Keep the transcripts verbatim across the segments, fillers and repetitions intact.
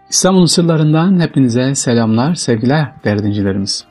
İstanbul'un sırlarından hepinize selamlar, sevgiler değerli dinleyicilerimiz.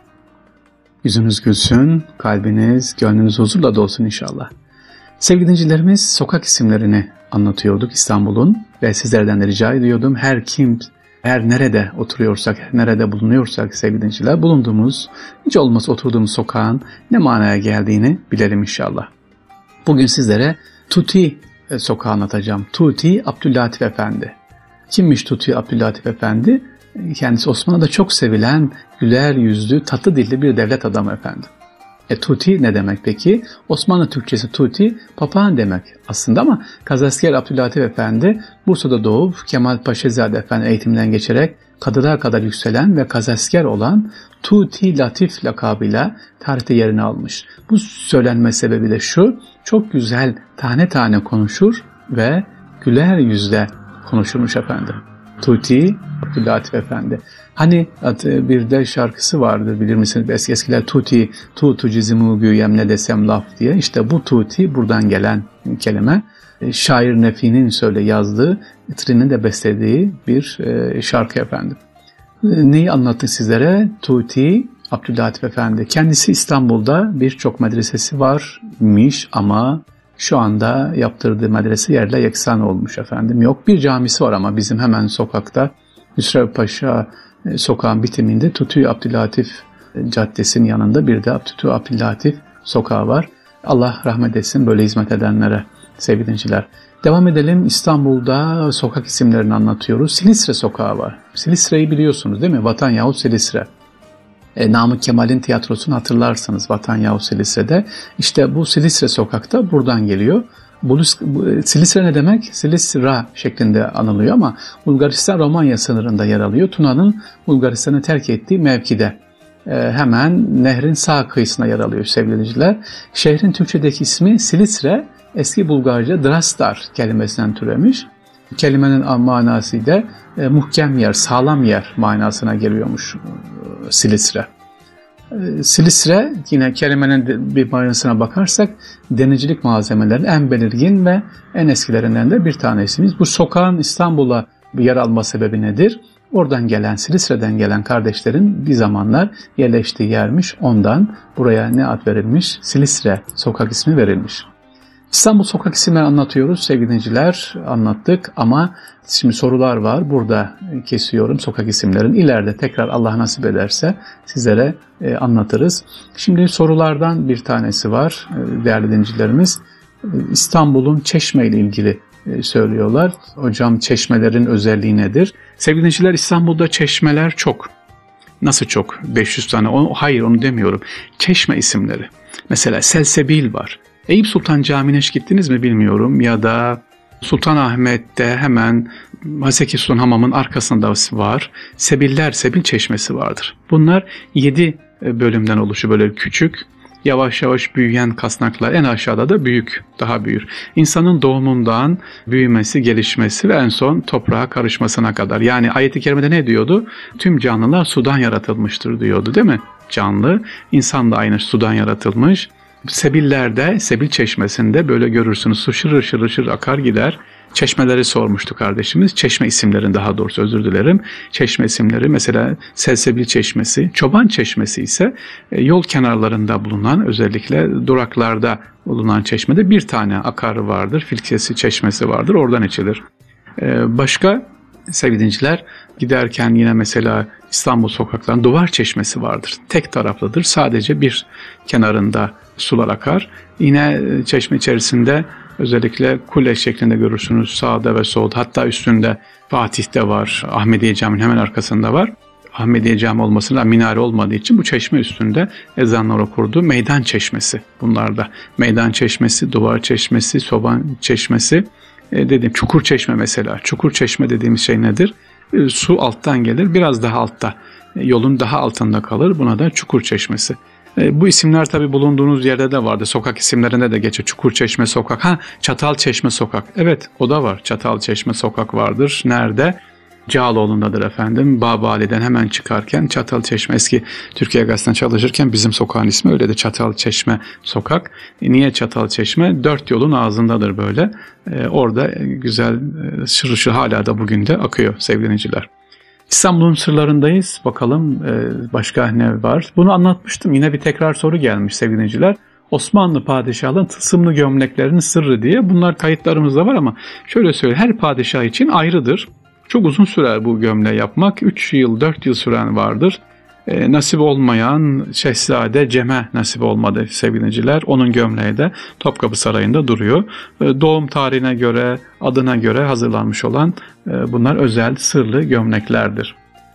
Yüzünüz gülsün, kalbiniz, gönlünüz huzurla dolsun inşallah. Sevgili dinleyicilerimiz, sokak isimlerini anlatıyorduk İstanbul'un ve sizlerden de rica ediyordum. Her kim, her nerede oturuyorsak, her nerede bulunuyorsak sevgili dinleyiciler, bulunduğumuz, hiç olmazsa oturduğumuz sokağın ne manaya geldiğini bilelim inşallah. Bugün sizlere Tuti sokağı anlatacağım. Tuti Abdüllatif Efendi. Kimmiş Tuti Abdüllatif Efendi? Kendisi Osmanlı'da çok sevilen, güler yüzlü, tatlı dilli bir devlet adamı efendim. E Tuti ne demek peki? Osmanlı Türkçesi Tuti, papağan demek aslında ama Kazasker Abdüllatif Efendi, Bursa'da doğup Kemal Paşazade Efendi eğitiminden geçerek kadılar kadar yükselen ve kazasker olan Tuti Latif lakabıyla tarihte yerini almış. Bu söylenme sebebi de şu, çok güzel tane tane konuşur ve güler yüzle konuşurmuş efendim. Tuti Abdüllatif Efendi. Hani bir de şarkısı vardır, bilir misiniz? Eski eskiler Tuti, tutu cizimu güyem ne desem laf diye. İşte bu Tuti buradan gelen kelime. Şair Nefi'nin söyle yazdığı, Itri'nin de beslediği bir şarkı efendim. Neyi anlattık sizlere? Tuti Abdüllatif Efendi. Kendisi İstanbul'da birçok medresesi varmış ama şu anda yaptırdığı medrese yerle yeksan olmuş efendim. Yok, bir camisi var ama bizim hemen sokakta Hüsrev Paşa sokağın bitiminde Tuti Abdüllatif Caddesi'nin yanında bir de Tuti Abdüllatif sokağı var. Allah rahmet etsin böyle hizmet edenlere sevgili dinleyiciler. Devam edelim. İstanbul'da sokak isimlerini anlatıyoruz. Silistre sokağı var. Silistre'yi biliyorsunuz değil mi? Vatan yahut Silistre. E, Namık Kemal'in tiyatrosunu hatırlarsınız Vatan yahut Silistre'de. İşte bu Silistre sokakta buradan geliyor. Bu, bu, Silistre ne demek? Silistra şeklinde anılıyor ama Bulgaristan-Romanya sınırında yer alıyor. Tuna'nın Bulgaristan'ı terk ettiği mevkide. E, hemen nehrin sağ kıyısına yer alıyor sevgili dinleyiciler. Şehrin Türkçedeki ismi Silistre, eski Bulgarca Drastar kelimesinden türemiş. Kelimenin manası da e, muhkem yer, sağlam yer manasına geliyormuş e, Silistre. E, Silistre yine kelimenin bir manasına bakarsak denizcilik malzemelerinin en belirgin ve en eskilerinden de bir tanesimiz. Bu sokağın İstanbul'a yer alma sebebi nedir? Oradan gelen, Silistre'den gelen kardeşlerin bir zamanlar yerleştiği yermiş. Ondan buraya ne ad verilmiş? Silistre sokak ismi verilmiş. İstanbul sokak isimleri anlatıyoruz sevgili dinleyiciler, anlattık ama şimdi sorular var. Burada kesiyorum sokak isimlerini. İleride tekrar Allah nasip ederse sizlere e, anlatırız. Şimdi sorulardan bir tanesi var e, değerli dinleyicilerimiz. E, İstanbul'un Çeşme ile ilgili e, söylüyorlar. Hocam çeşmelerin özelliği nedir? Sevgili dinleyiciler, İstanbul'da çeşmeler çok. Nasıl çok? beş yüz tane. O, hayır onu demiyorum. Çeşme isimleri. Mesela Selsebil var. Eyüp Sultan Camii'ne hiç gittiniz mi bilmiyorum ya da Sultanahmet'te hemen Haseki Sultan Hamam'ın arkasında var. Sebiller, Sebil Çeşmesi vardır. Bunlar yedi bölümden oluşu böyle küçük, yavaş yavaş büyüyen kasnaklar, en aşağıda da büyük, daha büyür. İnsanın doğumundan büyümesi, gelişmesi ve en son toprağa karışmasına kadar. Yani ayet-i kerimede ne diyordu? Tüm canlılar sudan yaratılmıştır diyordu değil mi? Canlı, insan da aynı sudan yaratılmış. Sebillerde, Sebil Çeşmesi'nde böyle görürsünüz su şırır şırır şırır akar gider. Çeşmeleri sormuştu kardeşimiz. Çeşme isimlerin daha doğrusu özür dilerim. Çeşme isimleri mesela Selsebil Çeşmesi, Çoban Çeşmesi ise yol kenarlarında bulunan özellikle duraklarda bulunan çeşmede bir tane akarı vardır. Filkesi Çeşmesi vardır. Oradan içilir. Başka sevgili dinleyiciler giderken yine mesela İstanbul sokaklarında Duvar Çeşmesi vardır. Tek taraflıdır. Sadece bir kenarında sular akar. Yine çeşme içerisinde özellikle kule şeklinde görürsünüz sağda ve solda. Hatta üstünde Fatih'te var. Ahmediye Camii'nin hemen arkasında var. Ahmediye Camii olmasına minare olmadığı için bu çeşme üstünde ezanlar okurdu. Meydan Çeşmesi bunlarda. Meydan Çeşmesi, Duvar Çeşmesi, Soban Çeşmesi. E dediğim Çukur Çeşme mesela. Çukur Çeşme dediğimiz şey nedir? E, su alttan gelir. Biraz daha altta. E, yolun daha altında kalır. Buna da Çukur Çeşmesi. E, bu isimler tabii bulunduğunuz yerde de vardı. Sokak isimlerinde de geçiyor. Çukurçeşme Sokak. Ha, Çatalçeşme Sokak. Evet, o da var. Çatalçeşme Sokak vardır. Nerede? Cağaloğlu'ndadır efendim. Babali'den hemen çıkarken Çatalçeşme, eski Türkiye Gazetesi'nde çalışırken bizim sokağın ismi öyle de Çatalçeşme Sokak. E, niye Çatalçeşme? Dört yolun ağzındadır böyle. E, orada güzel e, şırışı hala da bugün de akıyor sevgili dinleyiciler. İstanbul'un sırlarındayız. Bakalım başka ne var? Bunu anlatmıştım. Yine bir tekrar soru gelmiş sevgili dinleyiciler. Osmanlı padişahların tılsımlı gömleklerinin sırrı diye. Bunlar kayıtlarımızda var ama şöyle söyleyeyim. Her padişah için ayrıdır. Çok uzun sürer bu gömleği yapmak. üç yıl, dört yıl süren vardır. E, nasip olmayan Şehzade Cem'e nasip olmadı sevgili dinleyiciler. Onun gömleği de Topkapı Sarayı'nda duruyor. E, doğum tarihine göre, adına göre hazırlanmış olan e, bunlar özel, sırlı gömleklerdir.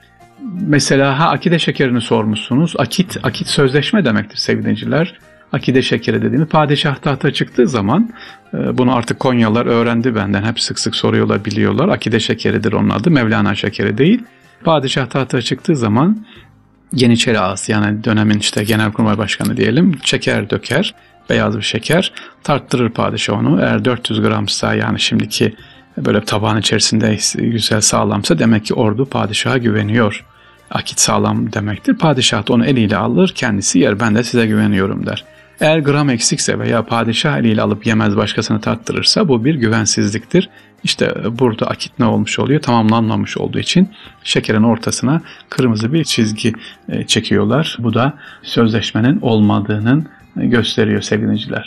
Mesela ha akide şekerini sormuşsunuz. Akit, akit sözleşme demektir sevgili dinleyiciler. Akide şekeri dediğimiz padişah tahta çıktığı zaman e, bunu artık Konyalılar öğrendi benden. Hep sık sık soruyorlar, biliyorlar. Akide şekeridir onun adı. Mevlana şekeri değil. Padişah tahta çıktığı zaman Yeniçeri ağası, yani dönemin işte Genelkurmay Başkanı diyelim, şeker döker, beyaz bir şeker, tarttırır padişah onu. Eğer dört yüz gramsa, yani şimdiki böyle tabağın içerisinde güzel sağlamsa, demek ki ordu padişaha güveniyor. Akit sağlam demektir. Padişah da onu eliyle alır, kendisi yer, ben de size güveniyorum der. Eğer gram eksikse veya padişah eliyle alıp yemez, başkasını tattırırsa bu bir güvensizliktir. İşte burada akit ne olmuş oluyor? Tamamlanmamış olduğu için şekerin ortasına kırmızı bir çizgi çekiyorlar. Bu da sözleşmenin olmadığının gösteriyor sevgili dinleyiciler.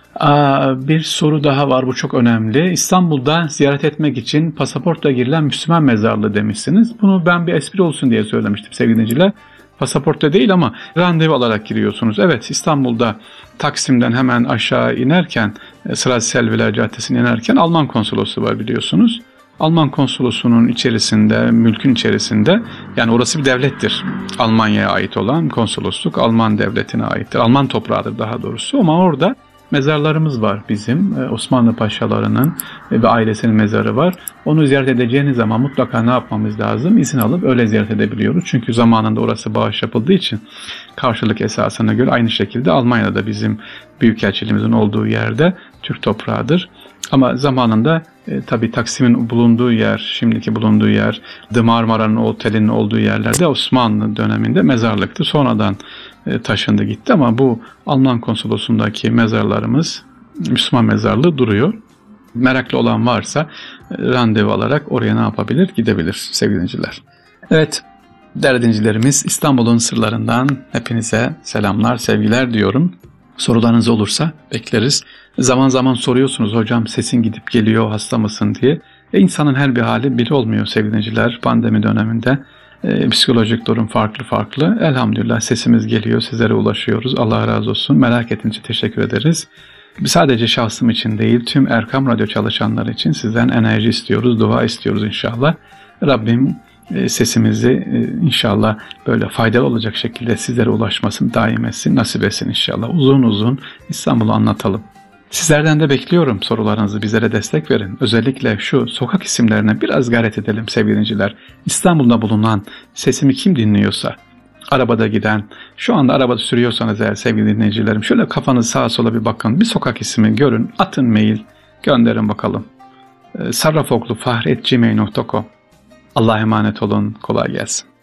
Bir soru daha var, bu çok önemli. İstanbul'da ziyaret etmek için pasaportla girilen Müslüman mezarlığı demişsiniz. Bunu ben bir espri olsun diye söylemiştim sevgili dinleyiciler. Pasaportta değil ama randevu alarak giriyorsunuz. Evet, İstanbul'da Taksim'den hemen aşağı inerken, Sırat Selviler Caddesi'ne inerken Alman konsolosu var biliyorsunuz. Alman konsolosunun içerisinde, mülkün içerisinde, yani orası bir devlettir. Almanya'ya ait olan konsolosluk Alman devletine aittir. Alman toprağıdır daha doğrusu, ama orada mezarlarımız var bizim. Osmanlı paşalarının ve ailesinin mezarı var. Onu ziyaret edeceğiniz zaman mutlaka ne yapmamız lazım? İzin alıp öyle ziyaret edebiliyoruz. Çünkü zamanında orası bağış yapıldığı için karşılık esasına göre aynı şekilde Almanya'da da bizim büyükelçiliğimizin olduğu yerde Türk toprağıdır. Ama zamanında e, tabii Taksim'in bulunduğu yer, şimdiki bulunduğu yer, The Marmara'nın otelinin olduğu yerlerde Osmanlı döneminde mezarlıktı. Sonradan e, taşındı gitti, ama bu Alman konsolosundaki mezarlarımız, Müslüman mezarlığı duruyor. Meraklı olan varsa e, randevu alarak oraya ne yapabilir? Gidebilir sevgili dinleyiciler. Evet, değerli dinleyicilerimiz, İstanbul'un sırlarından hepinize selamlar, sevgiler diyorum. Sorularınız olursa bekleriz. Zaman zaman soruyorsunuz, hocam sesin gidip geliyor, hasta mısın diye. E insanın her bir hali bir olmuyor sevgili dinleyiciler. Pandemi döneminde e, psikolojik durum farklı farklı. Elhamdülillah sesimiz geliyor, sizlere ulaşıyoruz. Allah razı olsun. Merak ettiğiniz için teşekkür ederiz. Sadece şahsım için değil, tüm Erkam Radyo çalışanları için sizden enerji istiyoruz, dua istiyoruz inşallah. Rabbim sesimizi inşallah böyle faydalı olacak şekilde sizlere ulaşmasını daim etsin, nasip etsin inşallah. Uzun uzun İstanbul'u anlatalım. Sizlerden de bekliyorum, sorularınızı bizlere destek verin. Özellikle şu sokak isimlerine biraz gayret edelim sevgili dinleyiciler. İstanbul'da bulunan, sesimi kim dinliyorsa, arabada giden, şu anda arabada sürüyorsanız eğer sevgili dinleyicilerim, şöyle kafanızı sağa sola bir bakın, bir sokak ismi görün, atın mail, gönderin bakalım. sarrafoglufahri at gmail nokta com. Allah'a emanet olun, kolay gelsin.